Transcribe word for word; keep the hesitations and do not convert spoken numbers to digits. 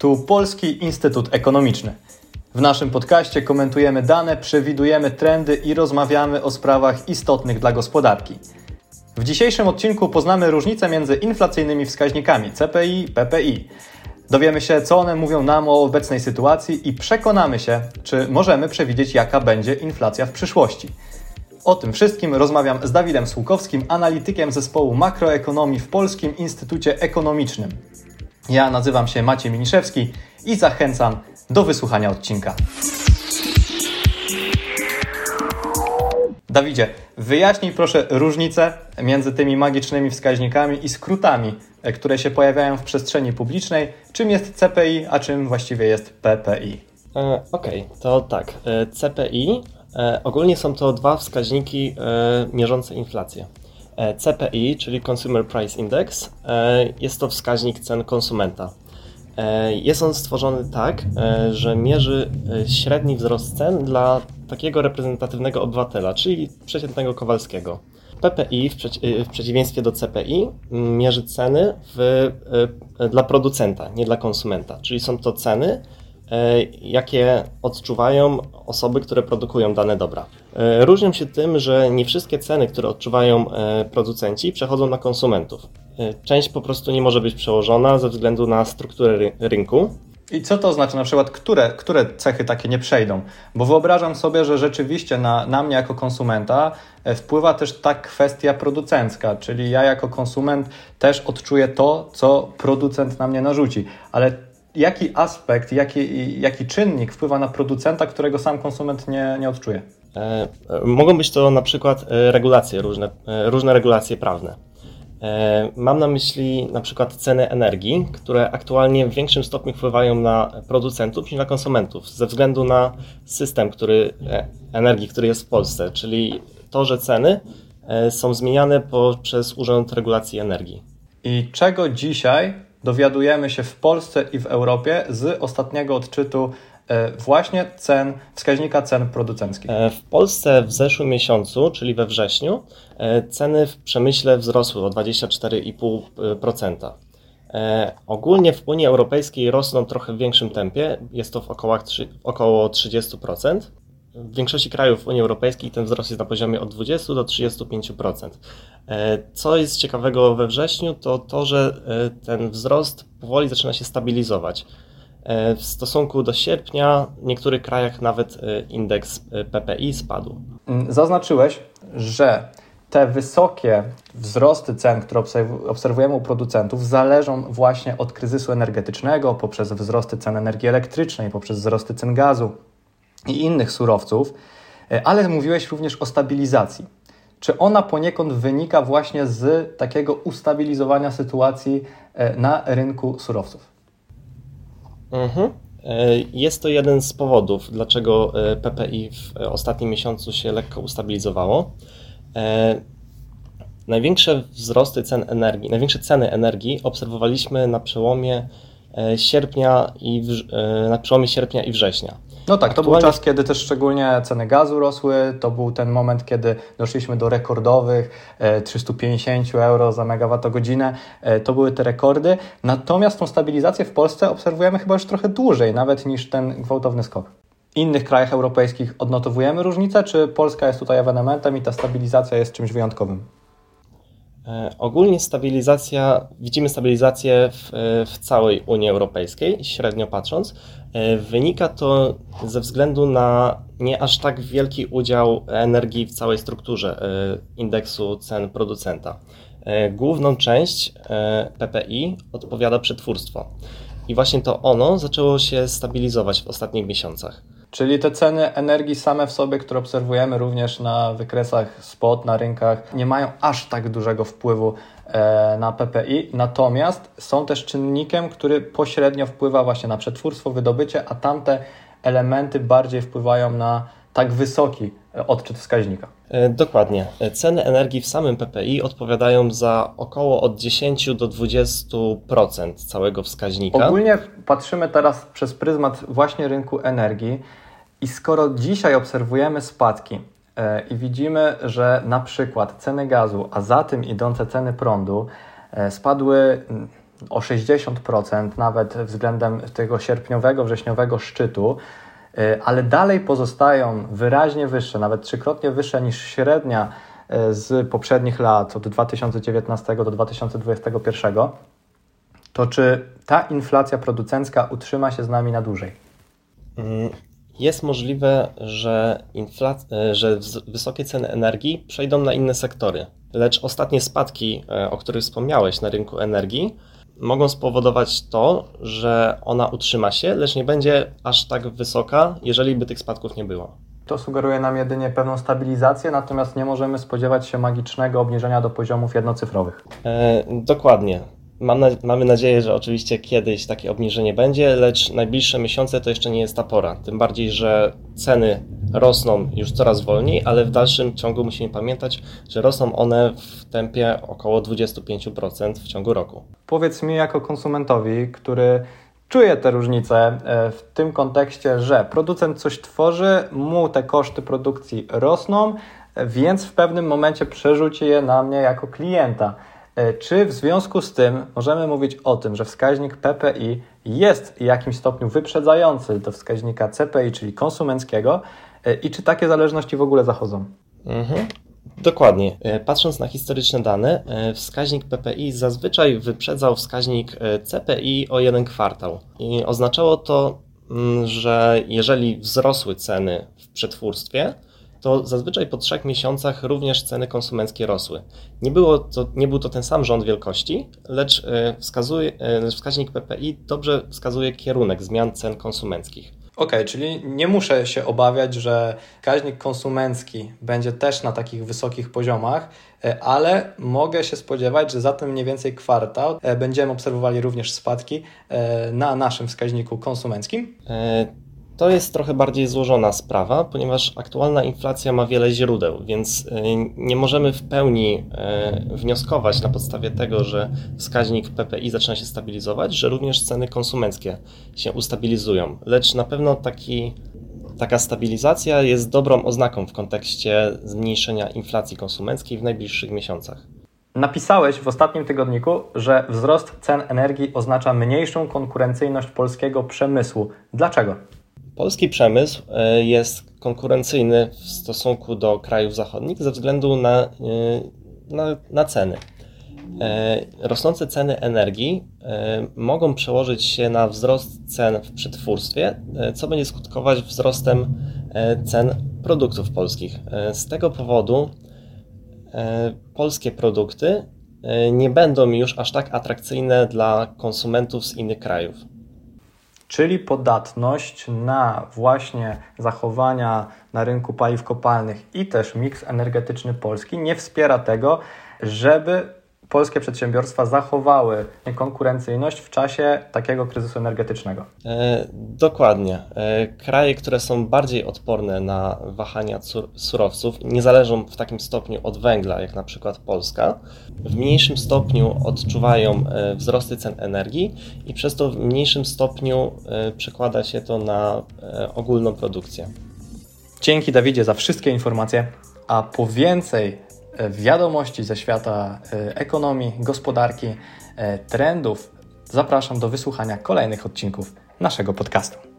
Tu Polski Instytut Ekonomiczny. W naszym podcaście komentujemy dane, przewidujemy trendy i rozmawiamy o sprawach istotnych dla gospodarki. W dzisiejszym odcinku poznamy różnicę między inflacyjnymi wskaźnikami C P I, P P I. Dowiemy się, co one mówią nam o obecnej sytuacji i przekonamy się, czy możemy przewidzieć, jaka będzie inflacja w przyszłości. O tym wszystkim rozmawiam z Dawidem Słukowskim, analitykiem zespołu makroekonomii w Polskim Instytucie Ekonomicznym. Ja nazywam się Maciej Miniszewski i zachęcam do wysłuchania odcinka. Dawidzie, wyjaśnij proszę różnicę między tymi magicznymi wskaźnikami i skrótami, które się pojawiają w przestrzeni publicznej. Czym jest C P I, a czym właściwie jest P P I? E, Okej, okay, to tak. C P I e, ogólnie są to dwa wskaźniki e, mierzące inflację. E, C P I, czyli Consumer Price Index, e, jest to wskaźnik cen konsumenta. E, jest on stworzony tak, e, że mierzy średni wzrost cen dla takiego reprezentatywnego obywatela, czyli przeciętnego Kowalskiego. P P I w, przeci- w przeciwieństwie do C P I mierzy ceny w, e, dla producenta, nie dla konsumenta, czyli są to ceny, jakie odczuwają osoby, które produkują dane dobra. Różnią się tym, że nie wszystkie ceny, które odczuwają producenci, przechodzą na konsumentów. Część po prostu nie może być przełożona ze względu na strukturę ry- rynku. I co to znaczy na przykład, które, które cechy takie nie przejdą? Bo wyobrażam sobie, że rzeczywiście na, na mnie jako konsumenta wpływa też ta kwestia producencka, czyli ja jako konsument też odczuję to, co producent na mnie narzuci, ale jaki aspekt, jaki, jaki czynnik wpływa na producenta, którego sam konsument nie, nie odczuje? E, mogą być to na przykład regulacje, różne, różne regulacje prawne. E, mam na myśli na przykład ceny energii, które aktualnie w większym stopniu wpływają na producentów niż na konsumentów, ze względu na system który, energii, który jest w Polsce, czyli to, że ceny są zmieniane poprzez Urząd Regulacji Energii. I czego dzisiaj dowiadujemy się w Polsce i w Europie z ostatniego odczytu właśnie cen, wskaźnika cen producenckich? W Polsce w zeszłym miesiącu, czyli we wrześniu, ceny w przemyśle wzrosły o dwadzieścia cztery i pół procent. Ogólnie w Unii Europejskiej rosną trochę w większym tempie, jest to w około, około trzydzieści procent. W większości krajów Unii Europejskiej ten wzrost jest na poziomie od dwudziestu do trzydziestu pięciu procent. Co jest ciekawego we wrześniu, to to, że ten wzrost powoli zaczyna się stabilizować. W stosunku do sierpnia w niektórych krajach nawet indeks P P I spadł. Zaznaczyłeś, że te wysokie wzrosty cen, które obserwujemy u producentów, zależą właśnie od kryzysu energetycznego, poprzez wzrosty cen energii elektrycznej, poprzez wzrosty cen gazu i innych surowców, ale mówiłeś również o stabilizacji. Czy ona poniekąd wynika właśnie z takiego ustabilizowania sytuacji na rynku surowców? Mhm. Jest to jeden z powodów, dlaczego P P I w ostatnim miesiącu się lekko ustabilizowało. Największe wzrosty cen energii, największe ceny energii obserwowaliśmy na przełomie sierpnia i w, na przełomie sierpnia i września. No tak, to Aktualnie... był czas, kiedy też szczególnie ceny gazu rosły, to był ten moment, kiedy doszliśmy do rekordowych trzysta pięćdziesiąt euro za megawattogodzinę, to były te rekordy, natomiast tą stabilizację w Polsce obserwujemy chyba już trochę dłużej, nawet niż ten gwałtowny skok. W innych krajach europejskich odnotowujemy różnicę, czy Polska jest tutaj ewenementem i ta stabilizacja jest czymś wyjątkowym? Ogólnie stabilizacja, widzimy stabilizację w, w całej Unii Europejskiej, średnio patrząc. Wynika to ze względu na nie aż tak wielki udział energii w całej strukturze indeksu cen producenta. Główną część P P I odpowiada przetwórstwo i właśnie to ono zaczęło się stabilizować w ostatnich miesiącach. Czyli te ceny energii same w sobie, które obserwujemy również na wykresach spot, na rynkach, nie mają aż tak dużego wpływu na P P I, natomiast są też czynnikiem, który pośrednio wpływa właśnie na przetwórstwo, wydobycie, a tamte elementy bardziej wpływają na tak wysoki odczyt wskaźnika. Dokładnie. Ceny energii w samym P P I odpowiadają za około od dziesięć do dwudziestu procent całego wskaźnika. Ogólnie patrzymy teraz przez pryzmat właśnie rynku energii i skoro dzisiaj obserwujemy spadki yy, i widzimy, że na przykład ceny gazu, a za tym idące ceny prądu yy, spadły o sześćdziesiąt procent, nawet względem tego sierpniowego, wrześniowego szczytu, ale dalej pozostają wyraźnie wyższe, nawet trzykrotnie wyższe niż średnia z poprzednich lat, od dwa tysiące dziewiętnastego do dwa tysiące dwudziestego pierwszego, to czy ta inflacja producencka utrzyma się z nami na dłużej? Jest możliwe, że, inflac- że wysokie ceny energii przejdą na inne sektory, lecz ostatnie spadki, o których wspomniałeś na rynku energii, mogą spowodować to, że ona utrzyma się, lecz nie będzie aż tak wysoka, jeżeli by tych spadków nie było. To sugeruje nam jedynie pewną stabilizację, natomiast nie możemy spodziewać się magicznego obniżenia do poziomów jednocyfrowych. E, dokładnie. Mam na, mamy nadzieję, że oczywiście kiedyś takie obniżenie będzie, lecz najbliższe miesiące to jeszcze nie jest ta pora. Tym bardziej, że ceny rosną już coraz wolniej, ale w dalszym ciągu musimy pamiętać, że rosną one w tempie około dwadzieścia pięć procent w ciągu roku. Powiedz mi jako konsumentowi, który czuje te różnice w tym kontekście, że producent coś tworzy, mu te koszty produkcji rosną, więc w pewnym momencie przerzuci je na mnie jako klienta. Czy w związku z tym możemy mówić o tym, że wskaźnik P P I jest w jakimś stopniu wyprzedzający do wskaźnika C P I, czyli konsumenckiego, i czy takie zależności w ogóle zachodzą? Mhm. Dokładnie. Patrząc na historyczne dane, wskaźnik P P I zazwyczaj wyprzedzał wskaźnik C P I o jeden kwartał. I oznaczało to, że jeżeli wzrosły ceny w przetwórstwie, to zazwyczaj po trzech miesiącach również ceny konsumenckie rosły. Nie, było to, nie był to ten sam rząd wielkości, lecz wskazuje, wskaźnik P P I dobrze wskazuje kierunek zmian cen konsumenckich. Okej, okay, czyli nie muszę się obawiać, że wskaźnik konsumencki będzie też na takich wysokich poziomach, ale mogę się spodziewać, że za ten mniej więcej kwartał będziemy obserwowali również spadki na naszym wskaźniku konsumenckim. To jest trochę bardziej złożona sprawa, ponieważ aktualna inflacja ma wiele źródeł, więc nie możemy w pełni wnioskować na podstawie tego, że wskaźnik P P I zaczyna się stabilizować, że również ceny konsumenckie się ustabilizują. Lecz na pewno taki, taka stabilizacja jest dobrą oznaką w kontekście zmniejszenia inflacji konsumenckiej w najbliższych miesiącach. Napisałeś w ostatnim tygodniku, że wzrost cen energii oznacza mniejszą konkurencyjność polskiego przemysłu. Dlaczego? Polski przemysł jest konkurencyjny w stosunku do krajów zachodnich ze względu na, na, na ceny. Rosnące ceny energii mogą przełożyć się na wzrost cen w przetwórstwie, co będzie skutkować wzrostem cen produktów polskich. Z tego powodu polskie produkty nie będą już aż tak atrakcyjne dla konsumentów z innych krajów. Czyli podatność na właśnie zachowania na rynku paliw kopalnych i też miks energetyczny Polski nie wspiera tego, żeby polskie przedsiębiorstwa zachowały konkurencyjność w czasie takiego kryzysu energetycznego. E, dokładnie. E, kraje, które są bardziej odporne na wahania sur- surowców, nie zależą w takim stopniu od węgla, jak na przykład Polska, w mniejszym stopniu odczuwają e, wzrosty cen energii i przez to w mniejszym stopniu e, przekłada się to na e, ogólną produkcję. Dzięki Dawidzie za wszystkie informacje, a po więcej wiadomości ze świata ekonomii, gospodarki, trendów zapraszam do wysłuchania kolejnych odcinków naszego podcastu.